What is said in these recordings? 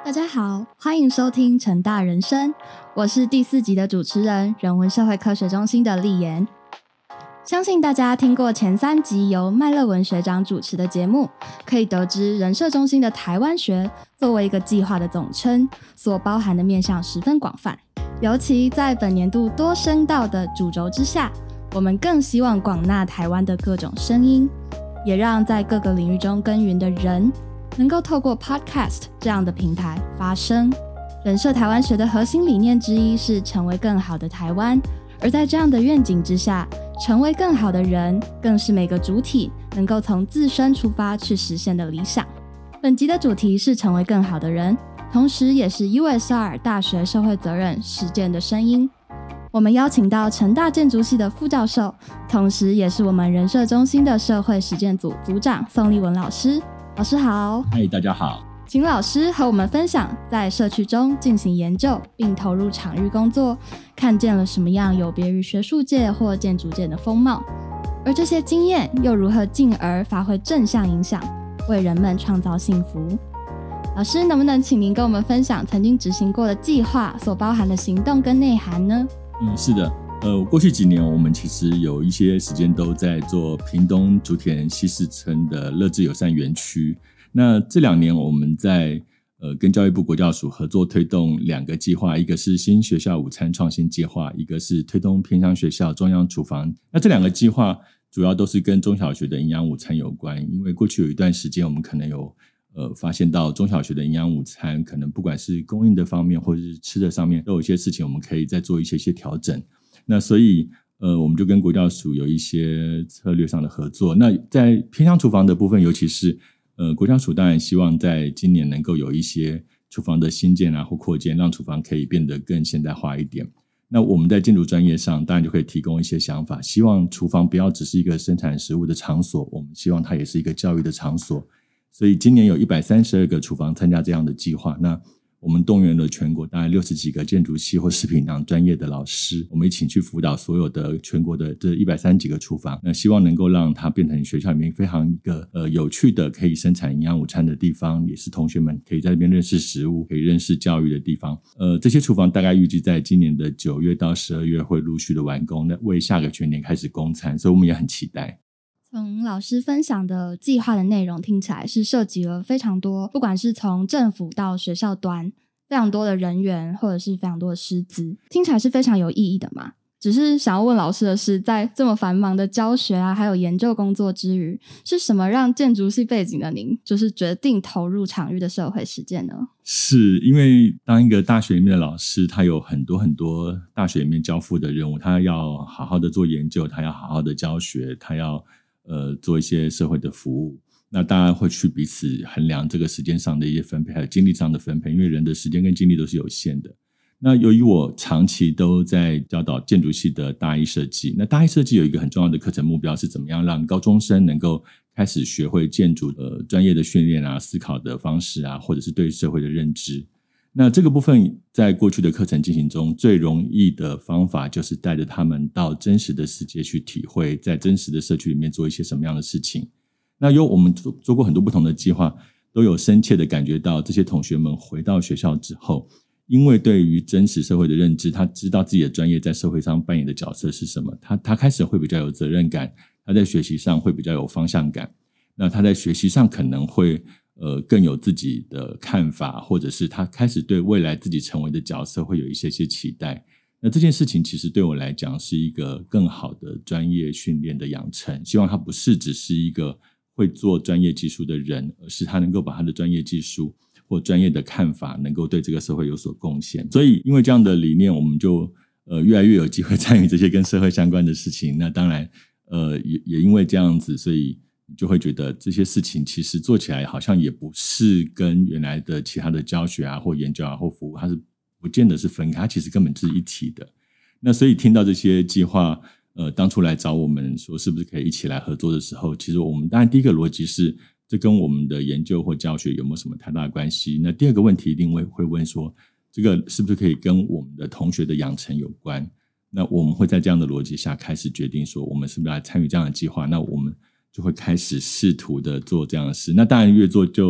大家好，欢迎收听成大人生，我是第4集的主持人，人文社会科学中心的丽妍。相信大家听过前3集由麦乐文学长主持的节目，可以得知人社中心的台湾学作为一个计划的总称，所包含的面向十分广泛。尤其在本年度多声道的主轴之下，我们更希望广纳台湾的各种声音，也让在各个领域中耕耘的人能够透过 Podcast 这样的平台发声。人社台湾学的核心理念之一是成为更好的台湾，而在这样的愿景之下，成为更好的人更是每个主体能够从自身出发去实现的理想。本集的主题是成为更好的人，同时也是 USR 大学社会责任实践的声音。我们邀请到成大建筑系的副教授，同时也是我们人社中心的社会实践组组长宋立文老师。老师好。 嗨，大家好。 请老师和我们分享在社区中进行研究并投入场域工作，看见了什么样有别于学术界或建筑界的风貌，而这些经验又如何进而发挥正向影响，为人们创造幸福。老师能不能请您跟我们分享曾经执行过的计划所包含的行动跟内涵呢？ 是的，过去几年我们其实有一些时间都在做屏东竹田西势村的乐智友善园区。那这2年我们在跟教育部国教署合作推动2个计划，一个是新学校午餐创新计划，一个是推动偏乡学校中央厨房。那这2个计划主要都是跟中小学的营养午餐有关，因为过去有一段时间我们可能有发现到中小学的营养午餐可能不管是供应的方面或者是吃的上面都有一些事情我们可以再做一些调整。那所以我们就跟国教署有一些策略上的合作。那在偏乡厨房的部分，尤其是国教署当然希望在今年能够有一些厨房的新建或扩建，让厨房可以变得更现代化一点。那我们在建筑专业上当然就可以提供一些想法，希望厨房不要只是一个生产食物的场所，我们希望它也是一个教育的场所。所以今年有132个厨房参加这样的计划，那我们动员了全国大概60几个建筑系或食品营养专业的老师，我们一起去辅导所有的全国的这130几个厨房，那希望能够让它变成学校里面非常一个有趣的可以生产营养午餐的地方，也是同学们可以在那边认识食物，可以认识教育的地方。这些厨房大概预计在今年的9月到12月会陆续的完工，那为下个全年开始供餐，所以我们也很期待。 从老师分享的计划的内容听起来是涉及了非常多，不管是从政府到学校端非常多的人员或者是非常多的师资，听起来是非常有意义的嘛。只是想要问老师的是，在这么繁忙的教学还有研究工作之余，是什么让建筑系背景的您就是决定投入场域的社会实践呢？ 是因为当一个大学里面的老师，他有很多很多大学里面交付的任务，他要好好的做研究，他要好好的教学，他要做一些社会的服务。那当然会去彼此衡量这个时间上的一些分配，还有精力上的分配，因为人的时间跟精力都是有限的。那由于我长期都在教导建筑系的大一设计，那大一设计有一个很重要的课程目标是怎么样让高中生能够开始学会建筑专业的训练思考的方式或者是对社会的认知。那这个部分在过去的课程进行中，最容易的方法就是带着他们到真实的世界去体会，在真实的社区里面做一些什么样的事情。那我们做过很多不同的计划，都有深切的感觉到这些同学们回到学校之后，因为对于真实社会的认知，他知道自己的专业在社会上扮演的角色是什么，他开始会比较有责任感，他在学习上会比较有方向感，那他在学习上可能会更有自己的看法，或者是他开始对未来自己成为的角色会有一些期待。那这件事情其实对我来讲是一个更好的专业训练的养成，希望他不是只是一个会做专业技术的人，而是他能够把他的专业技术或专业的看法能够对这个社会有所贡献。所以因为这样的理念，我们就越来越有机会参与这些跟社会相关的事情。那当然也因为这样子，所以你就会觉得这些事情其实做起来好像也不是跟原来的其他的教学或研究或服务，它是不见得是分开，它其实根本是一体的。那所以听到这些计划当初来找我们说是不是可以一起来合作的时候，其实我们当然第一个逻辑是这跟我们的研究或教学有没有什么太大的关系。那第二个问题一定会问说，这个是不是可以跟我们的同学的养成有关。那我们会在这样的逻辑下开始决定说我们是不是来参与这样的计划，那我们就会开始试图的做这样的事。那当然越做就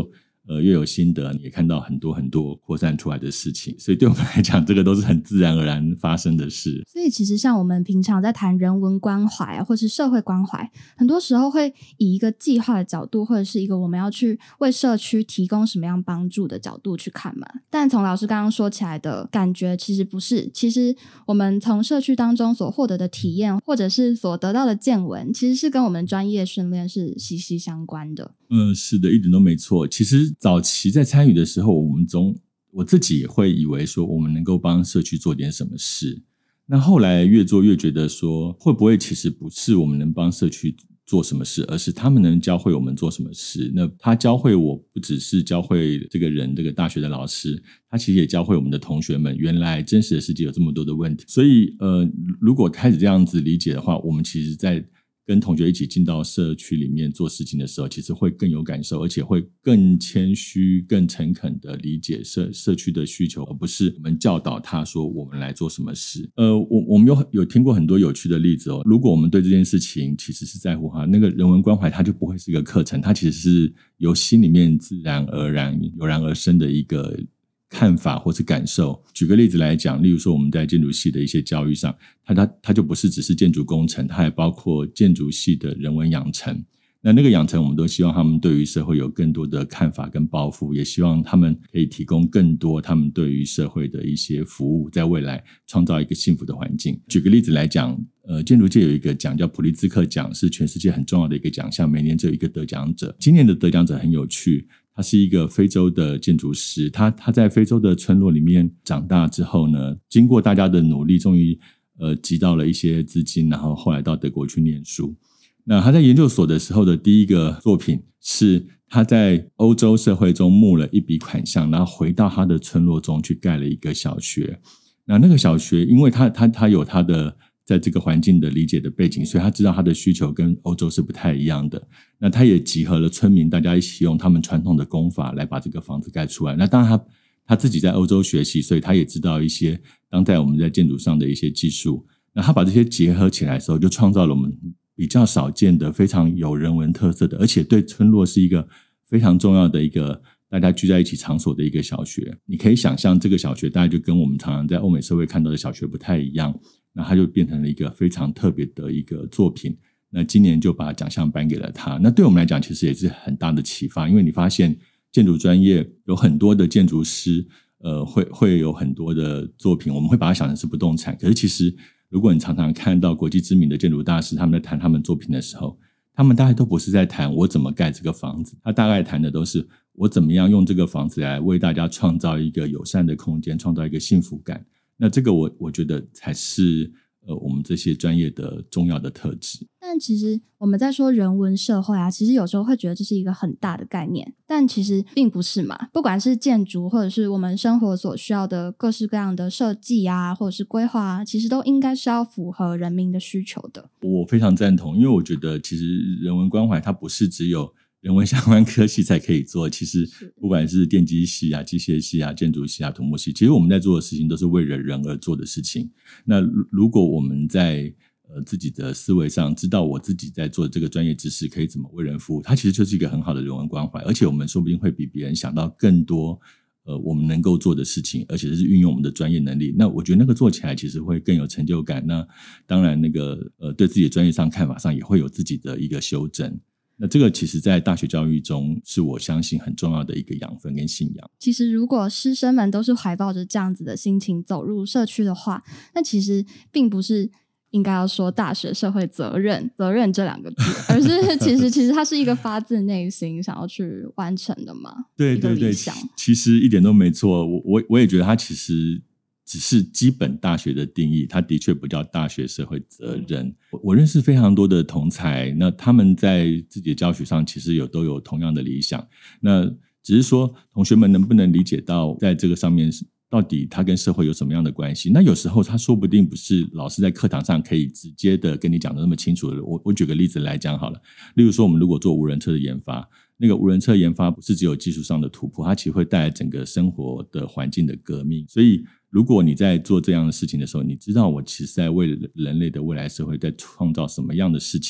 越有心得，也看到很多很多扩散出来的事情，所以对我们来讲，这个都是很自然而然发生的事。 所以其实像我们平常在谈人文关怀或是社会关怀，很多时候会以一个计划的角度，或者是一个我们要去为社区提供什么样帮助的角度去看嘛。但从老师刚刚说起来的感觉其实不是，其实我们从社区当中所获得的体验，或者是所得到的见闻，其实是跟我们专业训练是息息相关的。 是的，一点都没错。其实早期在参与的时候，我自己也会以为说我们能够帮社区做点什么事。那后来越做越觉得说，会不会其实不是我们能帮社区做什么事，而是他们能教会我们做什么事。那他教会我不只是教会这个人，这个大学的老师，他其实也教会我们的同学们，原来真实的世界有这么多的问题。所以如果开始这样子理解的话，我们其实在跟同学一起进到社区里面做事情的时候，其实会更有感受，而且会更谦虚、更诚恳的理解社区的需求，而不是我们教导他说我们来做什么事。我们有听过很多有趣的例子哦。如果我们对这件事情其实是在乎哈，那个人文关怀它就不会是一个课程，它其实是由心里面自然而然、油然而生的一个看法或是感受。举个例子来讲，例如说我们在建筑系的一些教育上，它就不是只是建筑工程，它还包括建筑系的人文养成。那个养成我们都希望他们对于社会有更多的看法跟抱负，也希望他们可以提供更多他们对于社会的一些服务，在未来创造一个幸福的环境。举个例子来讲，建筑界有一个奖叫普利兹克奖，是全世界很重要的一个奖项，每年只有一个得奖者。今年的得奖者很有趣，他是一个非洲的建筑师，他在非洲的村落里面长大之后呢，经过大家的努力，终于集到了一些资金，然后后来到德国去念书。那他在研究所的时候的第一个作品是他在欧洲社会中募了一笔款项，然后回到他的村落中去盖了一个小学。那个小学因为他有他的在这个环境的理解的背景，所以他知道他的需求跟欧洲是不太一样的。那他也集合了村民，大家一起用他们传统的工法来把这个房子盖出来。那当然他自己在欧洲学习，所以他也知道一些当代我们在建筑上的一些技术。那他把这些结合起来的时候，就创造了我们比较少见的非常有人文特色的，而且对村落是一个非常重要的一个大家聚在一起场所的一个小学。你可以想象这个小学大概就跟我们常常在欧美社会看到的小学不太一样，那它就变成了一个非常特别的一个作品。那今年就把奖项颁给了他。那对我们来讲其实也是很大的启发，因为你发现建筑专业有很多的建筑师会有很多的作品，我们会把它想成是不动产，可是其实如果你常常看到国际知名的建筑大师他们在谈他们作品的时候，他们大概都不是在谈我怎么盖这个房子，他大概谈的都是我怎么样用这个房子来为大家创造一个友善的空间，创造一个幸福感。那这个我觉得才是我们这些专业的重要的特质。 但其实我们在说人文社会啊，其实有时候会觉得这是一个很大的概念，但其实并不是嘛。不管是建筑或者是我们生活所需要的各式各样的设计啊，或者是规划啊，其实都应该是要符合人民的需求的。 我非常赞同，因为我觉得其实人文关怀它不是只有人文相关科系才可以做，其实不管是电机系啊、机械系啊、建筑系啊、土木系，其实我们在做的事情都是为了人而做的事情。那如果我们在自己的思维上知道我自己在做这个专业知识可以怎么为人服务，它其实就是一个很好的人文关怀，而且我们说不定会比别人想到更多我们能够做的事情，而且是运用我们的专业能力。那我觉得那个做起来其实会更有成就感。那当然那个对自己的专业上看法上也会有自己的一个修正。那这个其实在大学教育中是我相信很重要的一个养分跟信仰。 其实如果师生们都是怀抱着这样子的心情走入社区的话，那其实并不是应该要说大学社会责任这两个字，而是其实它是一个发自内心想要去完成的嘛。 对对对，其实一点都没错。我也觉得它其实只是基本大学的定义，它的确不叫大学社会责任。我认识非常多的同才，那他们在自己的教学上其实都有同样的理想，那只是说同学们能不能理解到在这个上面到底它跟社会有什么样的关系。那有时候它说不定不是老师在课堂上可以直接的跟你讲的那么清楚的。我举个例子来讲好了，例如说我们如果做无人车的研发，那个无人车研发不是只有技术上的突破，它其实会带来整个生活的环境的革命。所以如果你在做这样的事情的时候，你知道我其实在为人类的未来社会在创造什么样的事情，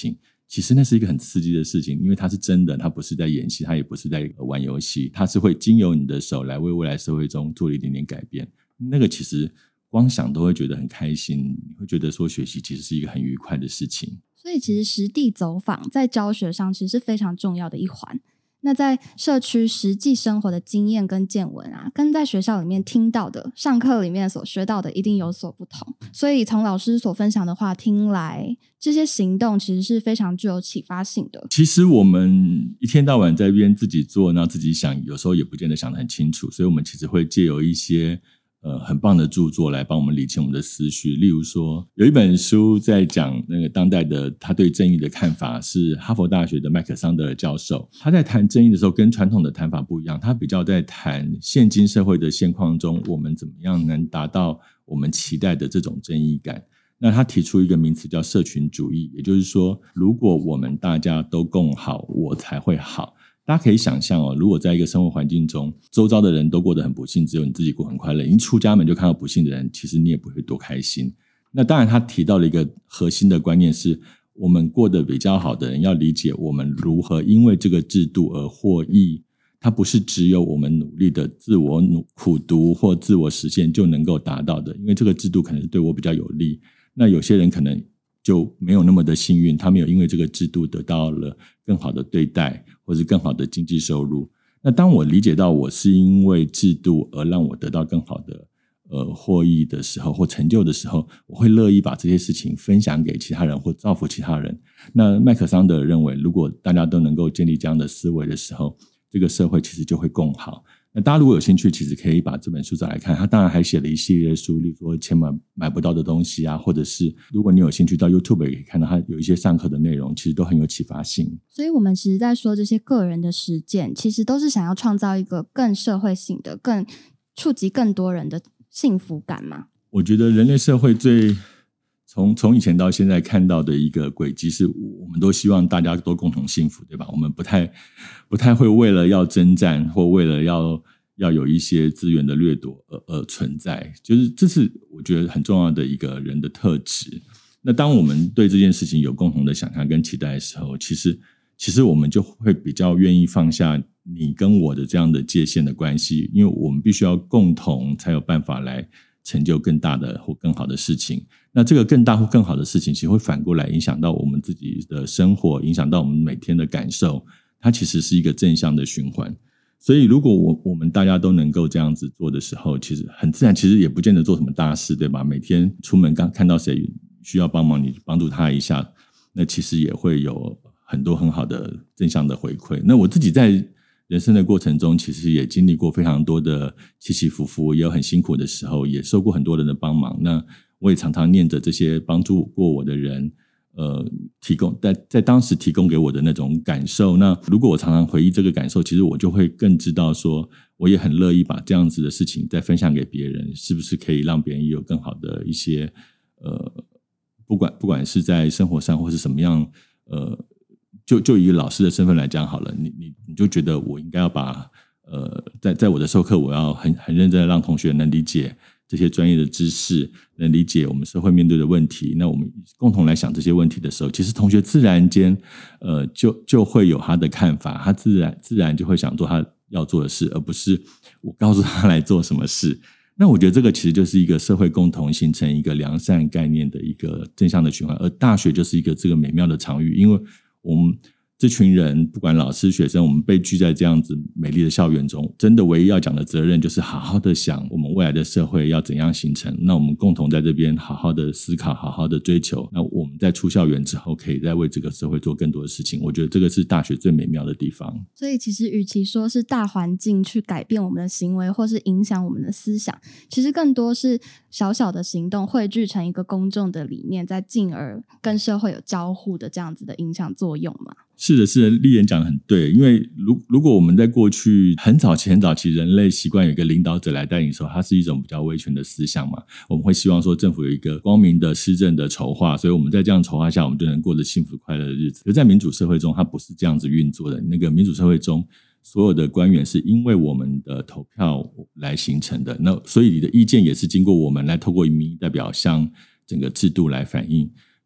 其实那是一个很刺激的事情，因为它是真的，它不是在演戏，它也不是在玩游戏，它是会经由你的手来为未来社会中做了一点点改变。那个其实光想都会觉得很开心，你会觉得说学习其实是一个很愉快的事情。 所以其实实地走访在教学上其实是非常重要的一环。那在社区实际生活的经验跟见闻啊，跟在学校里面听到的上课里面所学到的一定有所不同。所以从老师所分享的话听来，这些行动其实是非常具有启发性的。 其实我们一天到晚在那边自己做，然后自己想，有时候也不见得想得很清楚，所以我们其实会借由一些很棒的著作来帮我们理清我们的思绪。例如说有一本书在讲那个当代的他对正义的看法，是哈佛大学的麦克桑德尔教授。他在谈正义的时候跟传统的谈法不一样，他比较在谈现今社会的现况中我们怎么样能达到我们期待的这种正义感。那他提出一个名词叫社群主义，也就是说如果我们大家都共好，我才会好。大家可以想象如果在一个生活环境中，周遭的人都过得很不幸，只有你自己过很快乐，你出家门就看到不幸的人，其实你也不会多开心。那当然他提到了一个核心的观念，是我们过得比较好的人要理解我们如何因为这个制度而获益，它不是只有我们努力的自我苦读或自我实现就能够达到的，因为这个制度可能是对我比较有利，那有些人可能就没有那么的幸运，他没有因为这个制度得到了更好的对待或是更好的经济收入。那当我理解到我是因为制度而让我得到更好的获益的时候或成就的时候，我会乐意把这些事情分享给其他人或造福其他人。那麦克桑德尔认为，如果大家都能够建立这样的思维的时候，这个社会其实就会更好。那大家如果有兴趣，其实可以把这本书找来看。他当然还写了一系列书，例如说钱买不到的东西啊，或者是如果你有兴趣到 YouTube 也可以看到他有一些上课的内容，其实都很有启发性。 所以我们其实在说这些个人的实践，其实都是想要创造一个更社会性的、更触及更多人的幸福感嘛。 我觉得人类社会从以前到现在看到的一个轨迹是，我们都希望大家都共同幸福，对吧？我们不太会为了要征战或为了要有一些资源的掠夺而存在，就是这是我觉得很重要的一个人的特质。那当我们对这件事情有共同的想象跟期待的时候，其实我们就会比较愿意放下你跟我的这样的界限的关系，因为我们必须要共同才有办法来成就更大的或更好的事情。那这个更大或更好的事情其实会反过来影响到我们自己的生活，影响到我们每天的感受，它其实是一个正向的循环。所以如果我们大家都能够这样子做的时候，其实很自然，其实也不见得做什么大事，对吧？每天出门刚看到谁需要帮忙，你帮助他一下，那其实也会有很多很好的正向的回馈。那我自己在人生的过程中，其实也经历过非常多的起起伏伏，也有很辛苦的时候，也受过很多人的帮忙。那我也常常念着这些帮助过我的人提供在当时提供给我的那种感受。那如果我常常回忆这个感受，其实我就会更知道说，我也很乐意把这样子的事情再分享给别人，是不是可以让别人也有更好的一些不管是在生活上或是什么样就以老师的身份来讲好了，你就觉得我应该要把在我的授课，我要很认真的让同学能理解这些专业的知识，能理解我们社会面对的问题。那我们共同来想这些问题的时候，其实同学自然间就会有他的看法，他自然就会想做他要做的事，而不是我告诉他来做什么事。那我觉得这个其实就是一个社会共同形成一个良善概念的一个正向的循环，而大学就是一个这个美妙的场域，因为我们这群人不管老师学生，我们被聚在这样子美丽的校园中，真的唯一要讲的责任就是好好的想我们未来的社会要怎样形成。那我们共同在这边好好的思考，好好的追求，那我们在出校园之后可以再为这个社会做更多的事情。我觉得这个是大学最美妙的地方。 所以其实与其说是大环境去改变我们的行为或是影响我们的思想，其实更多是小小的行动汇聚成一个公众的理念，在进而跟社会有交互的这样子的影响作用嘛。 是的，丽妍讲得很对，因为如果我们在过去很早期人类习惯有一个领导者来带领的时候，它是一种比较威权的思想嘛，我们会希望说政府有一个光明的施政的筹划，所以我们在这样筹划下，我们就能过着幸福快乐的日子。可在民主社会中，它不是这样子运作的。那个民主社会中，所有的官员是因为我们的投票来形成的，那所以你的意见也是经过我们来透过民意代表向整个制度来反映。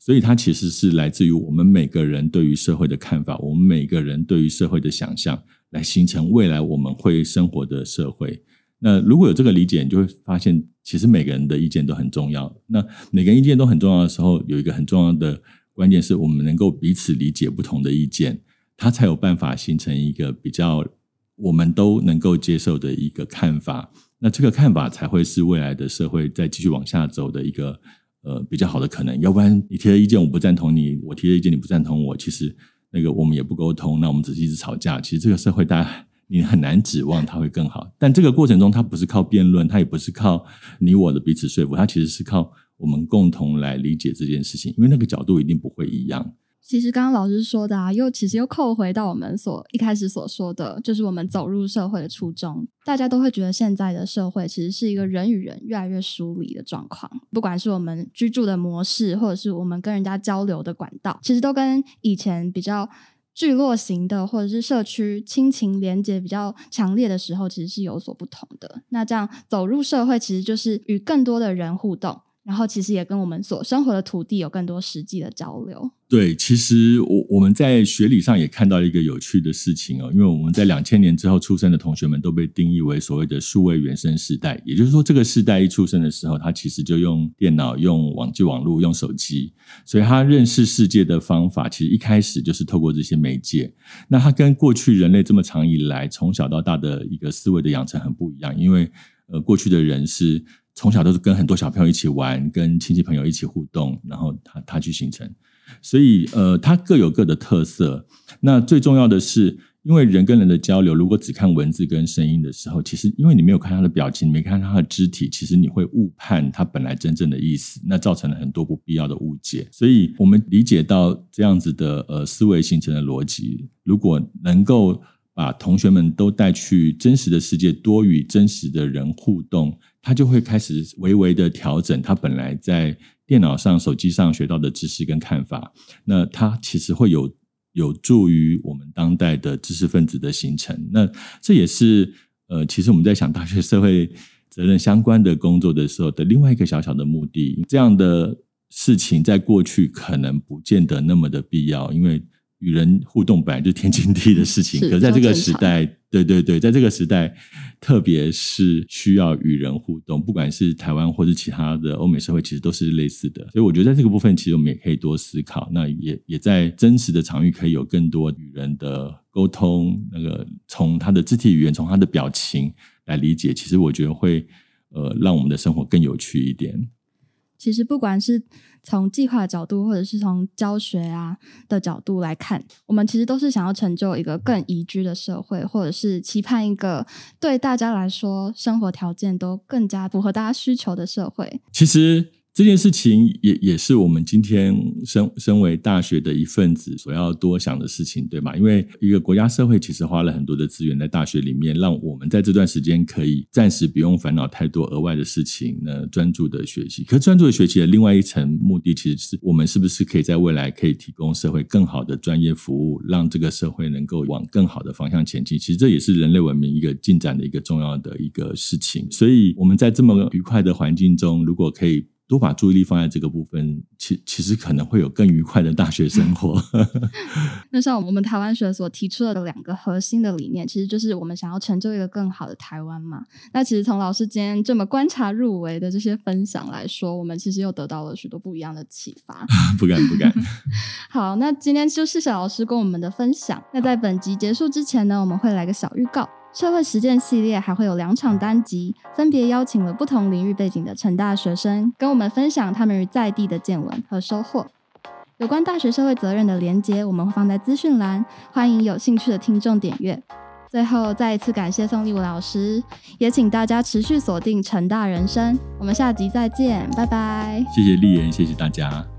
所以它其实是来自于我们每个人对于社会的看法，我们每个人对于社会的想象，来形成未来我们会生活的社会。那如果有这个理解，你就会发现其实每个人的意见都很重要。那每个人意见都很重要的时候，有一个很重要的关键是我们能够彼此理解不同的意见，它才有办法形成一个比较我们都能够接受的一个看法。那这个看法才会是未来的社会再继续往下走的一个比较好的可能。要不然你提的意见我不赞同你，我提的意见你不赞同我，其实那个我们也不沟通，那我们只是一直吵架，其实这个社会大家你很难指望它会更好。但这个过程中它不是靠辩论，它也不是靠你我的彼此说服，它其实是靠我们共同来理解这件事情，因为那个角度一定不会一样。 其实刚刚老师说的其实又扣回到我们一开始所说的，就是我们走入社会的初衷。大家都会觉得现在的社会其实是一个人与人越来越疏离的状况，不管是我们居住的模式，或者是我们跟人家交流的管道，其实都跟以前比较聚落型的或者是社区亲情连结比较强烈的时候其实是有所不同的。那这样走入社会其实就是与更多的人互动，然后其实也跟我们所生活的土地有更多实际的交流。 对，其实我们在学理上也看到一个有趣的事情因为我们在2000年之后出生的同学们都被定义为所谓的数位原生世代，也就是说这个世代一出生的时候他其实就用电脑、用网络、用手机，所以他认识世界的方法其实一开始就是透过这些媒介。那他跟过去人类这么长以来从小到大的一个思维的养成很不一样，因为过去的人是从小都是跟很多小朋友一起玩，跟亲戚朋友一起互动，然后他去形成，所以他各有各的特色。那最重要的是，因为人跟人的交流如果只看文字跟声音的时候，其实因为你没有看他的表情，你没看他的肢体，其实你会误判他本来真正的意思，那造成了很多不必要的误解。所以我们理解到这样子的思维形成的逻辑，如果能够把同学们都带去真实的世界，多与真实的人互动，他就会开始微微的调整他本来在电脑上、手机上学到的知识跟看法。那他其实会有助于我们当代的知识分子的形成。那这也是其实我们在想大学社会责任相关的工作的时候的另外一个小小的目的。这样的事情在过去可能不见得那么的必要，因为与人互动本来就是天经地义的事情，可是在这个时代，对，在这个时代特别是需要与人互动，不管是台湾或是其他的欧美社会其实都是类似的。所以我觉得在这个部分其实我们也可以多思考，那也在真实的场域可以有更多与人的沟通，那个从他的肢体语言，从他的表情来理解，其实我觉得会让我们的生活更有趣一点。 其实不管是从计划的角度或者是从教学的角度来看，我们其实都是想要成就一个更宜居的社会，或者是期盼一个对大家来说生活条件都更加符合大家需求的社会。 其实这件事情也是我们今天身为大学的一份子所要多想的事情，对吧？因为一个国家社会其实花了很多的资源在大学里面，让我们在这段时间可以暂时不用烦恼太多额外的事情，专注的学习。可是专注的学习的另外一层目的，其实是我们是不是可以在未来可以提供社会更好的专业服务，让这个社会能够往更好的方向前进。其实这也是人类文明一个进展的一个重要的一个事情。所以我们在这么愉快的环境中，如果可以多把注意力放在这个部分，其实可能会有更愉快的大学生活。 那像我们台湾学所提出的2个核心的理念，其实就是我们想要成就一个更好的台湾嘛。那其实从老师今天这么观察入微的这些分享来说，我们其实又得到了许多不一样的启发。 不敢好，那今天就谢谢老师跟我们的分享。那在本集结束之前呢，我们会来个小预告。社会实践系列还会有2场单集，分别邀请了不同领域背景的成大学生，跟我们分享他们与在地的见闻和收获。有关大学社会责任的连结，我们会放在资讯栏，欢迎有兴趣的听众点阅。最后再一次感谢宋立武老师，也请大家持续锁定成大人生，我们下集再见，拜拜。 谢谢丽妍，谢谢大家。